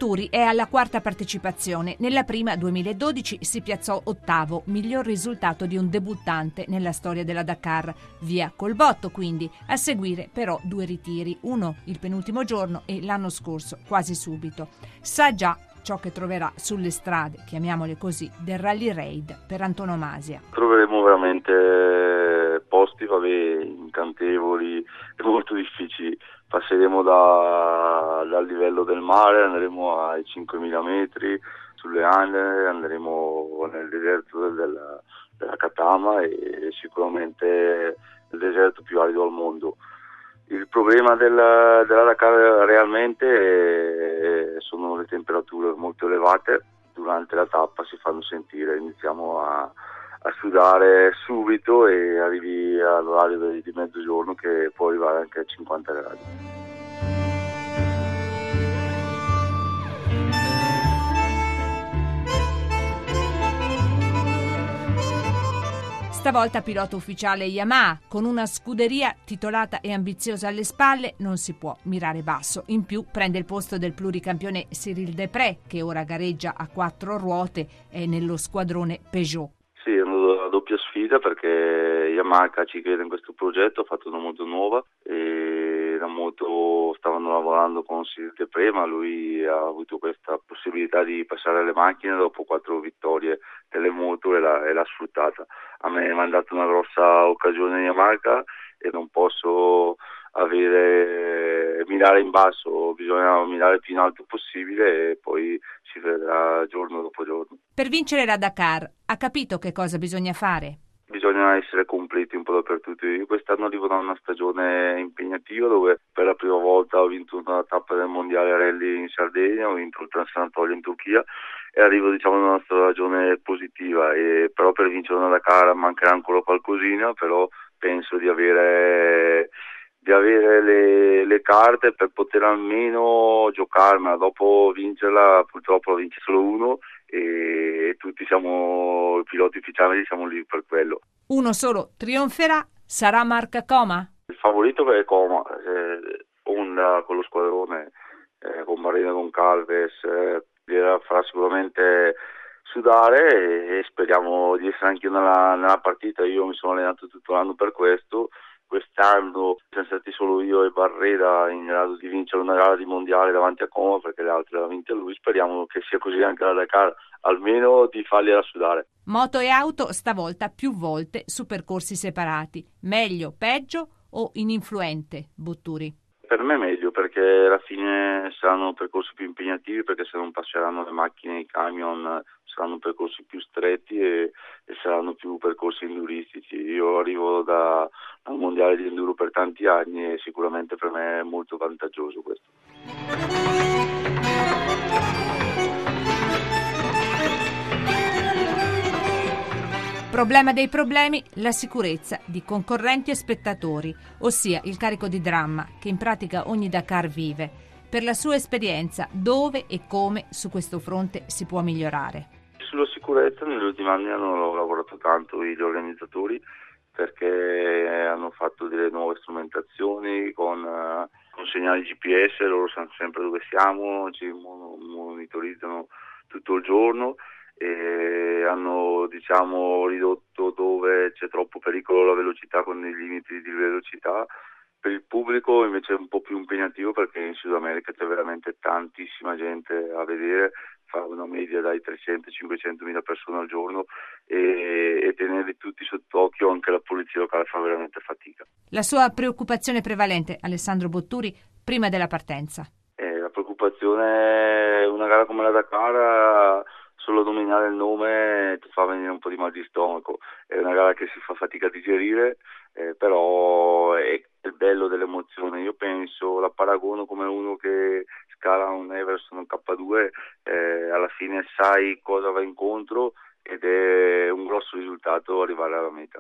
Botturi è alla quarta partecipazione. Nella prima, 2012, si piazzò ottavo, miglior risultato di un debuttante nella storia della Dakar. Via col botto, quindi. A seguire però 2 ritiri, uno il penultimo giorno e l'anno scorso quasi subito. Sa già ciò che troverà sulle strade, chiamiamole così, del Rally Raid per antonomasia. Troveremo veramente posti incantevoli e molto difficili. Passeremo dal livello del mare, andremo ai 5.000 metri sulle Ande, andremo nel deserto della Katama e sicuramente il deserto più arido al mondo. Il problema della Dakar realmente sono le temperature molto elevate. Durante la tappa si fanno sentire, iniziamo a sudare subito e arrivi all'orario di mezzogiorno che può arrivare anche a 50 gradi. Stavolta pilota ufficiale Yamaha, con una scuderia titolata e ambiziosa alle spalle, non si può mirare basso. In più prende il posto del pluricampione Cyril Depré, che ora gareggia a 4 ruote nello squadrone Peugeot. Sì, è una doppia sfida perché Yamaha ci crede in questo progetto, ha fatto una moto nuova e la moto stavano lavorando con Cyril Depré, ma lui ha avuto questa possibilità di passare alle macchine dopo 4 vittorie delle moto e l'ha sfruttata. A me mi ha dato una grossa occasione Yamaha e non posso mirare in basso, bisogna mirare più in alto possibile e poi si vedrà giorno dopo giorno. Per vincere la Dakar ha capito che cosa bisogna fare? Bisogna essere completi un po' dappertutto. Io quest'anno arrivo da una stagione impegnativa dove per la prima volta ho vinto una tappa del mondiale rally in Sardegna, ho vinto il Trans-Anatolia in Turchia e arrivo da una stagione positiva e però per vincere una Dakar mancherà ancora qualcosina, però penso di avere le carte per poter almeno giocarmela. Dopo vincerla purtroppo vince solo uno e tutti siamo i piloti ufficiali, siamo lì per quello. Uno solo trionferà, sarà Marc Coma? Il favorito è Coma, Honda con lo squadrone, con Marina Goncalves, farà sicuramente sudare e speriamo di essere anche io nella partita. Io mi sono allenato tutto l'anno per questo. Quest'anno siamo stati solo io e Barrera in grado di vincere una gara di mondiale davanti a Coma perché le altre le ha vinte lui. Speriamo che sia così anche la Dakar, almeno di fargliela sudare. Moto e auto stavolta più volte su percorsi separati. Meglio, peggio o ininfluente, Botturi? Per me è meglio perché alla fine saranno percorsi più impegnativi perché se non passeranno le macchine e i camion saranno percorsi più stretti e saranno più percorsi enduristici. Io arrivo da un mondiale di enduro per tanti anni e sicuramente per me è molto vantaggioso questo. Problema dei problemi, la sicurezza di concorrenti e spettatori, ossia il carico di dramma che in pratica ogni Dakar vive. Per la sua esperienza, dove e come su questo fronte si può migliorare? Sulla sicurezza negli ultimi anni hanno lavorato tanto gli organizzatori perché hanno fatto delle nuove strumentazioni con segnali GPS, loro sanno sempre dove siamo, ci monitorizzano tutto il giorno e hanno ridotto dove c'è troppo pericolo la velocità con i limiti di velocità. Per il pubblico invece è un po' più impegnativo perché in Sud America c'è veramente tantissima gente a vedere, fa una media dai 300-500 mila persone al giorno e tenerli tutti sott'occhio, anche la polizia locale fa veramente fatica. La sua preoccupazione prevalente, Alessandro Botturi, prima della partenza? La preoccupazione è una gara come la Dakar, solo nominare il nome ti fa venire un po' di mal di stomaco, è una gara che si fa fatica a digerire, però è il bello dell'emozione. Io penso, la paragono come uno che scala un Everest, un K2, alla fine sai cosa va incontro ed è un grosso risultato arrivare alla meta.